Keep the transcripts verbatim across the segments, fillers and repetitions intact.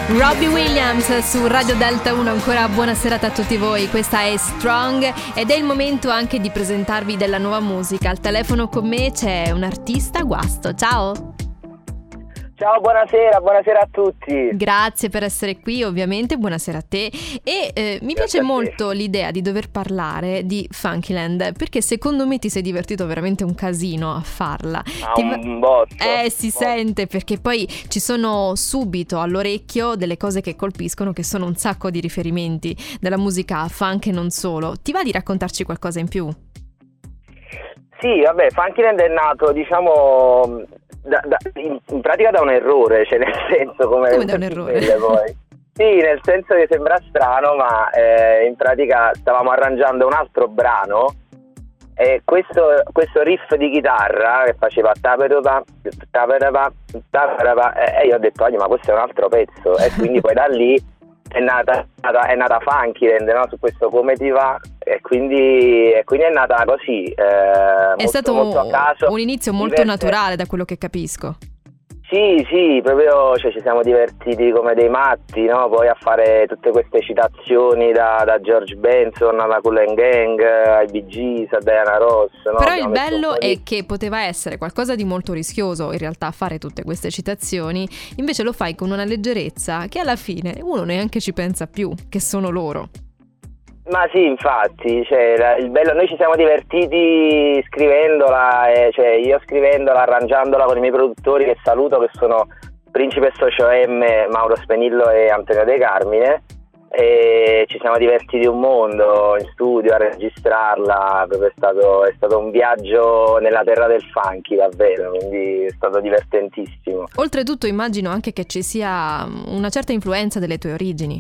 Robbie Williams su Radio Delta uno, ancora buona serata a tutti voi, questa è Strong ed è il momento anche di presentarvi della nuova musica. Al telefono con me c'è un artista, Guasto, ciao! Ciao, buonasera, buonasera a tutti. Grazie per essere qui, ovviamente, buonasera a te. E eh, mi piace molto l'idea di dover parlare di Funkyland, perché secondo me ti sei divertito veramente un casino a farla. Ah, ti un botto. Eh, si un sente, perché poi ci sono subito all'orecchio delle cose che colpiscono, che sono un sacco di riferimenti della musica funk e non solo. Ti va di raccontarci qualcosa in più? Sì, vabbè, Funkyland è nato, diciamo... Da, da, in, in pratica da un errore, cioè nel senso come, come da un errore poi. Sì, nel senso che sembra strano, ma eh, in pratica stavamo arrangiando un altro brano e questo, questo riff di chitarra che faceva taperova, taperova, taperova, e io ho detto ma questo è un altro pezzo, e quindi poi da lì è nata, è nata Funkyland, no? Su questo come ti va, e quindi, e quindi è nata così, eh, è molto, stato molto a caso, un inizio molto diverse... naturale, da quello che capisco. Sì, sì, proprio, cioè, ci siamo divertiti come dei matti, no? Poi a fare tutte queste citazioni da, da George Benson alla Kool and Gang, ai Bee Gees, a Diana Ross, no? Però Abbiamo il bello di... è che poteva essere qualcosa di molto rischioso in realtà fare tutte queste citazioni, invece lo fai con una leggerezza che alla fine uno neanche ci pensa più che sono loro. Ma sì, infatti, cioè, il bello, noi ci siamo divertiti scrivendola, eh, cioè io scrivendola, arrangiandola con i miei produttori, che saluto, che sono Principe Socio M, Mauro Spenillo e Antonio De Carmine, e ci siamo divertiti un mondo in studio a registrarla, proprio è stato, è stato un viaggio nella terra del funky davvero, quindi è stato divertentissimo. Oltretutto immagino anche che ci sia una certa influenza delle tue origini.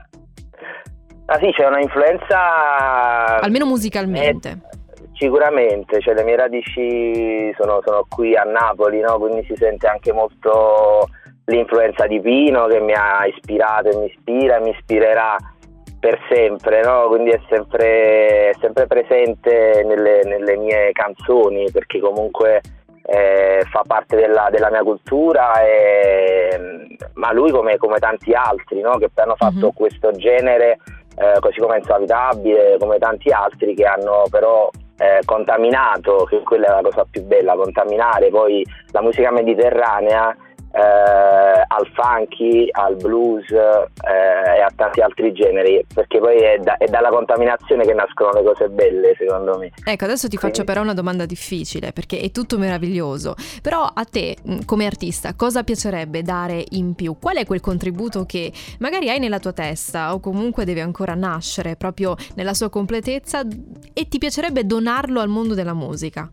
Ah sì, c'è una influenza... Almeno musicalmente. Eh, sicuramente, cioè le mie radici sono, sono qui a Napoli, no? Quindi si sente anche molto l'influenza di Pino che mi ha ispirato e mi ispira e mi ispirerà per sempre, no? Quindi è sempre, è sempre presente nelle, nelle mie canzoni, perché comunque eh, fa parte della, della mia cultura, e, ma lui come, come tanti altri, no? Che hanno fatto mm-hmm. questo genere, eh, così come Enzo Abitabile, come tanti altri che hanno però eh, contaminato, che quella è la cosa più bella, contaminare poi la musica mediterranea eh, al funky, al blues eh, e a tanti altri generi, perché poi è, da, è dalla contaminazione che nascono le cose belle, secondo me. Ecco, adesso ti Quindi... faccio però una domanda difficile, perché è tutto meraviglioso, però a te come artista cosa piacerebbe dare in più? Qual è quel contributo che magari hai nella tua testa o comunque deve ancora nascere proprio nella sua completezza e ti piacerebbe donarlo al mondo della musica?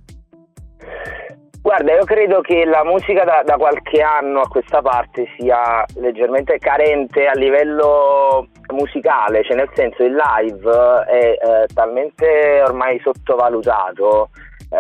Guarda, io credo che la musica da, da qualche anno a questa parte sia leggermente carente a livello musicale, cioè nel senso il live è eh, talmente ormai sottovalutato,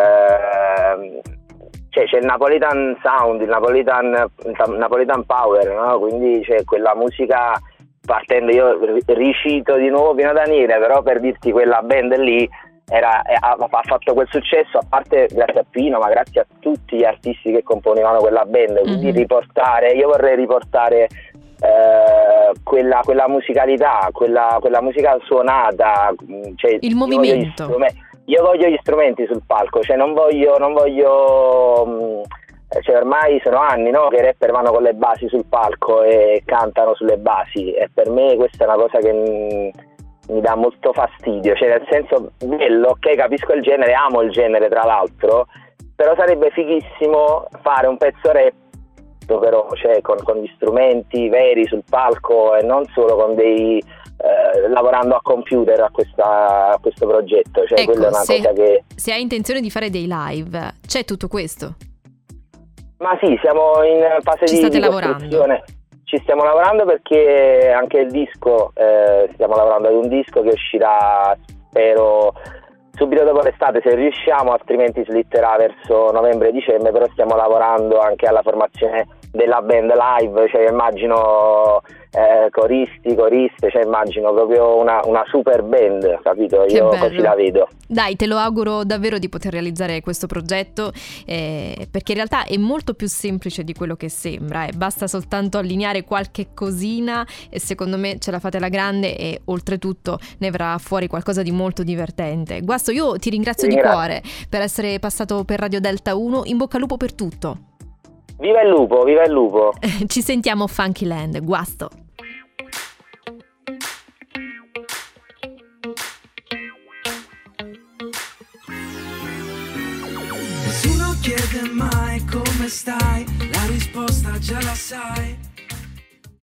eh, cioè c'è il Napolitan Sound, il Napolitan, Napolitan Power, no? Quindi c'è quella musica, partendo, io ricito di nuovo Pino Daniele, però per dirti quella band lì Era, ha, ha fatto quel successo, a parte grazie a Pino, ma grazie a tutti gli artisti che componevano quella band, quindi mm-hmm. riportare, io vorrei riportare eh, quella, quella musicalità, quella, quella musica suonata, cioè, il movimento. Io voglio, io voglio gli strumenti sul palco, cioè non voglio, non voglio cioè ormai sono anni, no, che i rapper vanno con le basi sul palco e cantano sulle basi, e per me questa è una cosa che mi, mi dà molto fastidio, cioè nel senso, bello, ok, capisco il genere, amo il genere tra l'altro, però sarebbe fighissimo fare un pezzo rap però, cioè con, con gli strumenti veri sul palco e non solo con dei eh, lavorando a computer a, questa, a questo progetto, cioè ecco, quella è una se, cosa che... se hai intenzione di fare dei live, c'è tutto questo? Ma sì, siamo in fase Ci di, state di lavorando? costruzione. Ci stiamo lavorando perché anche il disco, eh, stiamo lavorando ad un disco che uscirà, spero, subito dopo l'estate se riusciamo, altrimenti slitterà verso novembre-dicembre, però stiamo lavorando anche alla formazione della band live, cioè immagino eh, coristi, coriste, cioè immagino proprio una, una super band, capito? Che Io bello. così la vedo. Dai, te lo auguro davvero di poter realizzare questo progetto, eh, perché in realtà è molto più semplice di quello che sembra, eh. Basta soltanto allineare qualche cosina e secondo me ce la fate alla grande e oltretutto ne verrà fuori qualcosa di molto divertente. Guasto, io ti ringrazio Ti di ringrazio. cuore per essere passato per Radio Delta uno, in bocca al lupo per tutto. Viva il lupo, viva il lupo! Ci sentiamo Funkyland, Guasto. Nessuno chiede mai come stai, la risposta già la sai.